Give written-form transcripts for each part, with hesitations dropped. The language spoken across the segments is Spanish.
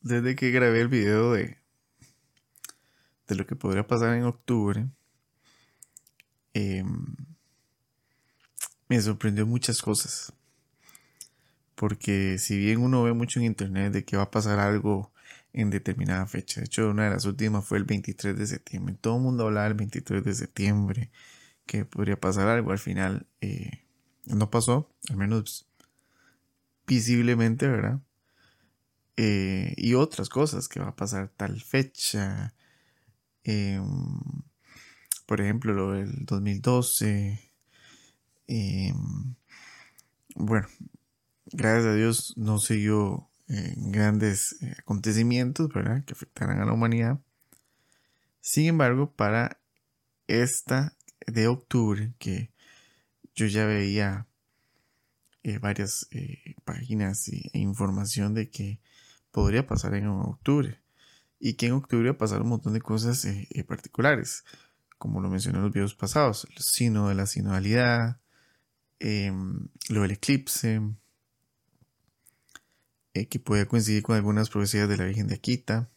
desde que grabé el video de lo que podría pasar en octubre, eh, me sorprendió muchas cosas. Porque si bien uno ve mucho en internet de que va a pasar algo en determinada fecha, de hecho una de las últimas fue el 23 de septiembre, todo el mundo hablaba el 23 de septiembre, que podría pasar algo, al final no pasó, al menos visiblemente, ¿verdad? Y otras cosas que va a pasar tal fecha, eh, por ejemplo lo del 2012, eh, bueno, gracias a Dios no siguió grandes acontecimientos, ¿verdad? Que afectaran a la humanidad. Sin embargo, para esta de octubre, que yo ya veía varias páginas e información de que podría pasar en octubre y que en octubre va a pasar un montón de cosas particulares, como lo mencioné en los videos pasados, el signo de la sinodalidad, lo del eclipse, que puede coincidir con algunas profecías de la Virgen de Akita.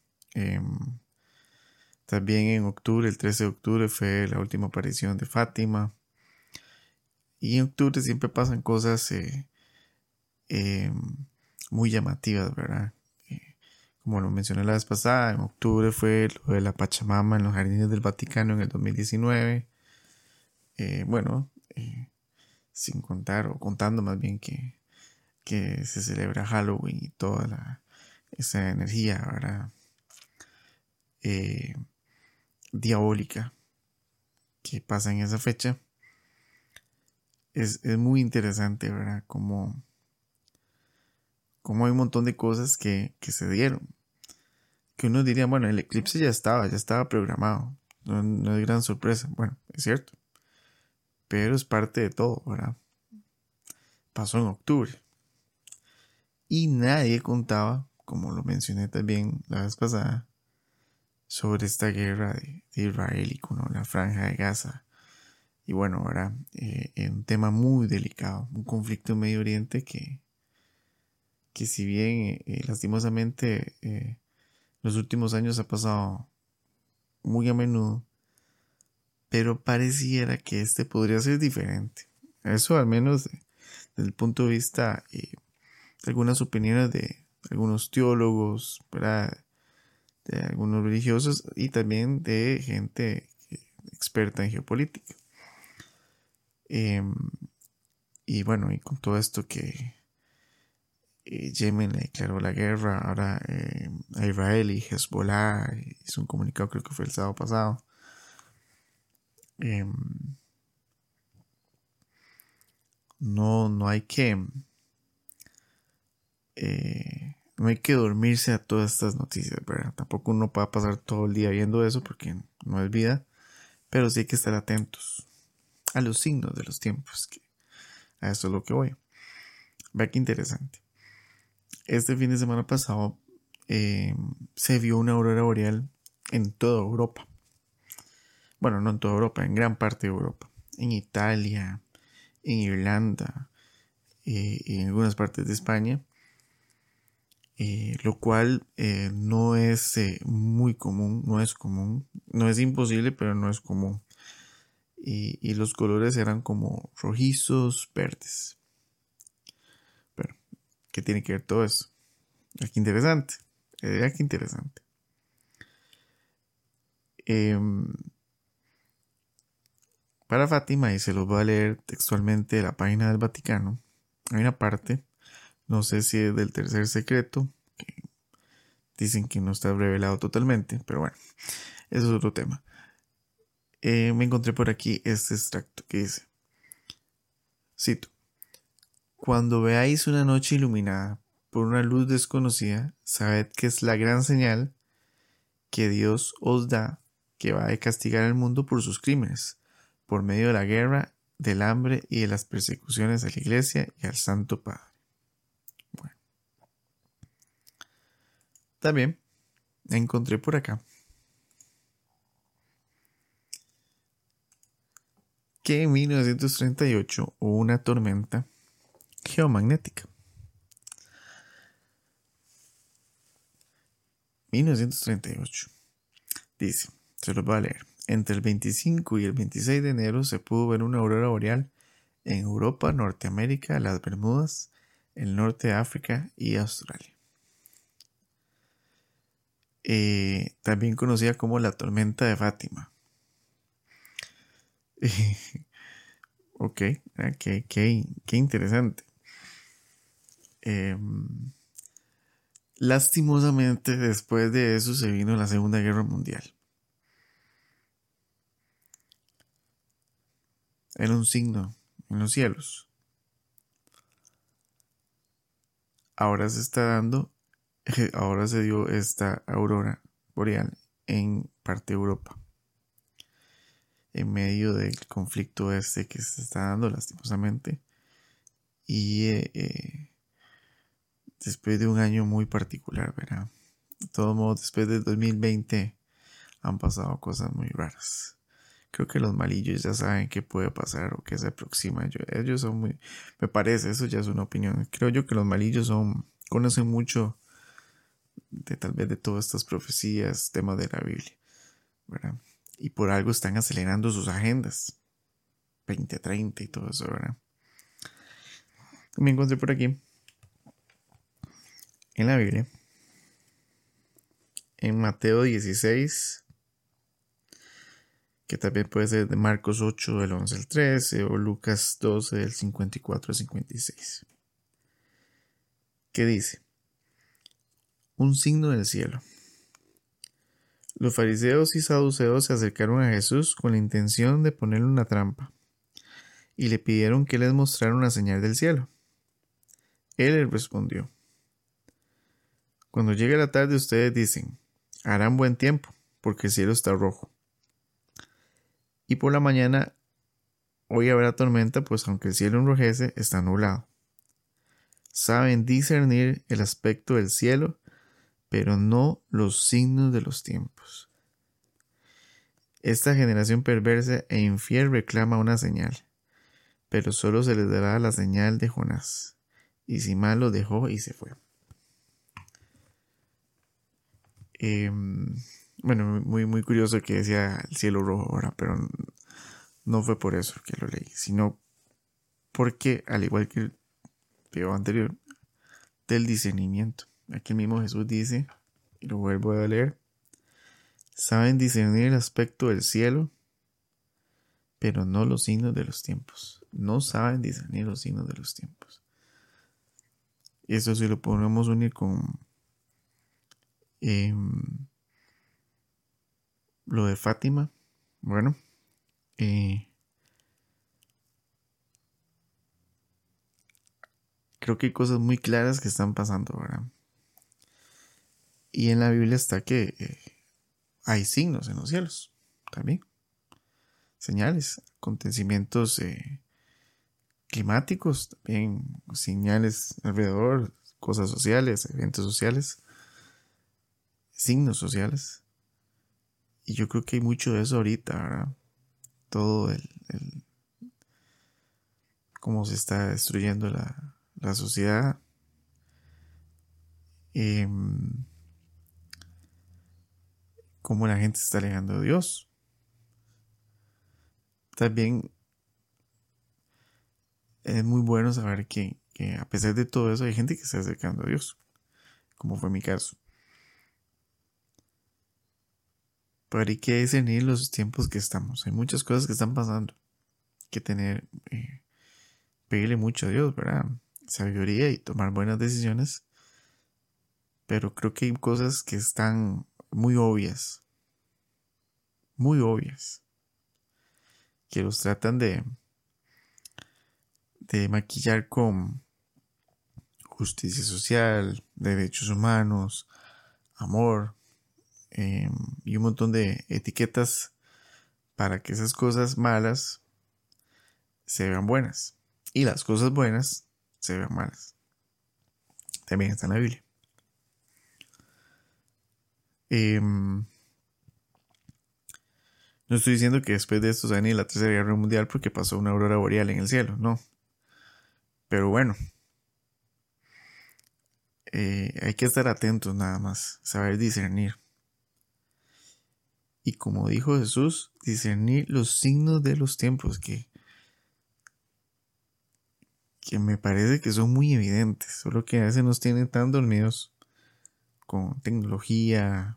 También en octubre, el 13 de octubre, fue la última aparición de Fátima. Y en octubre siempre pasan cosas eh, muy llamativas, ¿verdad? Como lo mencioné la vez pasada, en octubre fue lo de la Pachamama en los Jardines del Vaticano en el 2019. Bueno, sin contar, o contando más bien que se celebra Halloween y toda esa energía, ¿verdad? Eh, diabólica que pasa en esa fecha. Es muy interesante, ¿verdad? Como hay un montón de cosas que se dieron. Que uno diría, bueno, el eclipse ya estaba programado. No es gran sorpresa. Bueno, es cierto. Pero es parte de todo, ¿verdad? Pasó en octubre. Y nadie contaba, como lo mencioné también la vez pasada, sobre esta guerra de Israel y con la franja de Gaza. Y bueno, ¿verdad? Un tema muy delicado. Un conflicto en Medio Oriente que si bien lastimosamente los últimos años ha pasado muy a menudo, pero pareciera que este podría ser diferente. Eso al menos desde el punto de vista de algunas opiniones de algunos teólogos, ¿verdad? De algunos religiosos y también de gente experta en geopolítica. Eh, y bueno, y con todo esto que Yemen le declaró la guerra ahora a Israel y Hezbollah hizo un comunicado, creo que fue el sábado pasado. Eh, no hay que no hay que dormirse a todas estas noticias, ¿verdad? Tampoco uno puede pasar todo el día viendo eso porque no es vida, pero sí hay que estar atentos a los signos de los tiempos, que a eso es lo que voy. Vea qué interesante. Este fin de semana pasado se vio una aurora boreal en toda Europa. Bueno, no en toda Europa, en gran parte de Europa. En Italia, en Irlanda, y en algunas partes de España. Lo cual no es muy común, no es imposible, pero no es común. Y los colores eran como rojizos, verdes. Pero, ¿qué tiene que ver todo eso? Qué interesante. Qué interesante. Eh, para Fátima, y se los voy a leer textualmente de la página del Vaticano, hay una parte, no sé si es del tercer secreto, que dicen que no está revelado totalmente, pero bueno, eso es otro tema. Me encontré por aquí este extracto que dice, cito, cuando veáis una noche iluminada por una luz desconocida, sabed que es la gran señal que Dios os da que va a castigar al mundo por sus crímenes, por medio de la guerra, del hambre y de las persecuciones a la Iglesia y al Santo Padre. Bueno, también encontré por acá que en 1938 hubo una tormenta geomagnética. 1938. Dice, se los voy a leer. Entre el 25 y el 26 de enero se pudo ver una aurora boreal en Europa, Norteamérica, las Bermudas, el norte de África y Australia. También conocida como la tormenta de Fátima. Ok, qué interesante. Lastimosamente, después de eso se vino la Segunda Guerra Mundial. Era un signo en los cielos. Ahora se dio esta aurora boreal en parte de Europa, en medio del conflicto este que se está dando lastimosamente. Y después de un año muy particular, ¿verdad? De todos modos, después del 2020 han pasado cosas muy raras. Creo que los malillos ya saben qué puede pasar o qué se aproxima. Ellos son muy... Me parece, eso ya es una opinión. Creo yo que los malillos conocen mucho de tal vez de todas estas profecías, temas de la Biblia, ¿verdad? Y por algo están acelerando sus agendas. 2030 y todo eso, ¿verdad? Me encontré por aquí, en la Biblia, en Mateo 16, que también puede ser de Marcos 8, del 11 al 13, o Lucas 12, del 54 al 56. ¿Qué dice? Un signo del cielo. Los fariseos y saduceos se acercaron a Jesús con la intención de ponerle una trampa, y le pidieron que les mostrara una señal del cielo. Él les respondió: cuando llegue la tarde ustedes dicen, harán buen tiempo, porque el cielo está rojo. Y por la mañana, hoy habrá tormenta, pues aunque el cielo enrojece, está nublado. Saben discernir el aspecto del cielo, pero no los signos de los tiempos. Esta generación perversa e infiel reclama una señal, pero solo se les dará la señal de Jonás. Y sin más lo dejó y se fue. Bueno, muy curioso que decía el cielo rojo ahora, pero no fue por eso que lo leí, sino porque, al igual que el video anterior, del discernimiento. Aquí mismo Jesús dice, y lo vuelvo a leer, saben discernir el aspecto del cielo, pero no los signos de los tiempos. No saben discernir los signos de los tiempos. Eso si lo podemos unir con lo de Fátima. Bueno, creo que hay cosas muy claras que están pasando, ¿verdad? Y en la Biblia está que hay signos en los cielos también. Señales, acontecimientos climáticos, también señales alrededor, cosas sociales, eventos sociales, signos sociales. Y yo creo que hay mucho de eso ahorita, ¿verdad? Todo cómo se está destruyendo la sociedad. Cómo la gente se está alejando de Dios. También es muy bueno saber que a pesar de todo eso hay gente que se está acercando a Dios, como fue mi caso. Pero hay que discernir los tiempos que estamos. Hay muchas cosas que están pasando. Hay que pedirle mucho a Dios, ¿verdad? Sabiduría y tomar buenas decisiones. Pero creo que hay cosas que están muy obvias. Muy obvias. Que los tratan de maquillar con justicia social, derechos humanos, amor, y un montón de etiquetas para que esas cosas malas se vean buenas y las cosas buenas se vean malas. También está en la Biblia. No estoy diciendo que después de esto se va a venir la Tercera Guerra Mundial porque pasó una aurora boreal en el cielo, no. Pero bueno, hay que estar atentos nada más, saber discernir. Y como dijo Jesús, discernir los signos de los tiempos que me parece que son muy evidentes, solo que a veces nos tienen tan dormidos con tecnología,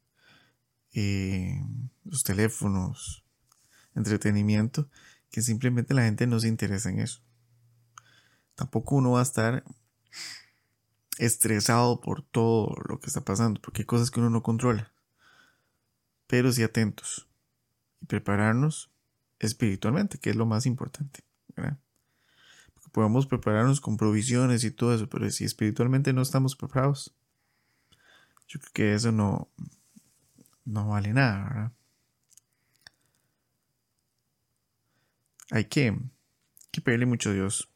los teléfonos, entretenimiento, que simplemente la gente no se interesa en eso. Tampoco uno va a estar estresado por todo lo que está pasando, porque hay cosas que uno no controla, pero sí atentos y prepararnos espiritualmente, que es lo más importante, ¿verdad? Porque podemos prepararnos con provisiones y todo eso, pero si espiritualmente no estamos preparados, yo creo que eso no vale nada, ¿verdad? Hay que pedirle mucho a Dios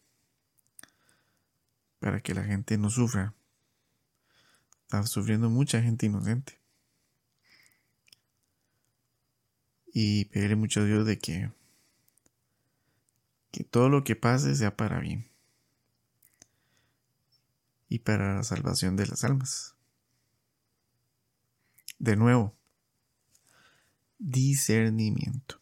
para que la gente no sufra. Está sufriendo mucha gente inocente. Y pedirle mucho a Dios de que todo lo que pase sea para bien y para la salvación de las almas. De nuevo, discernimiento.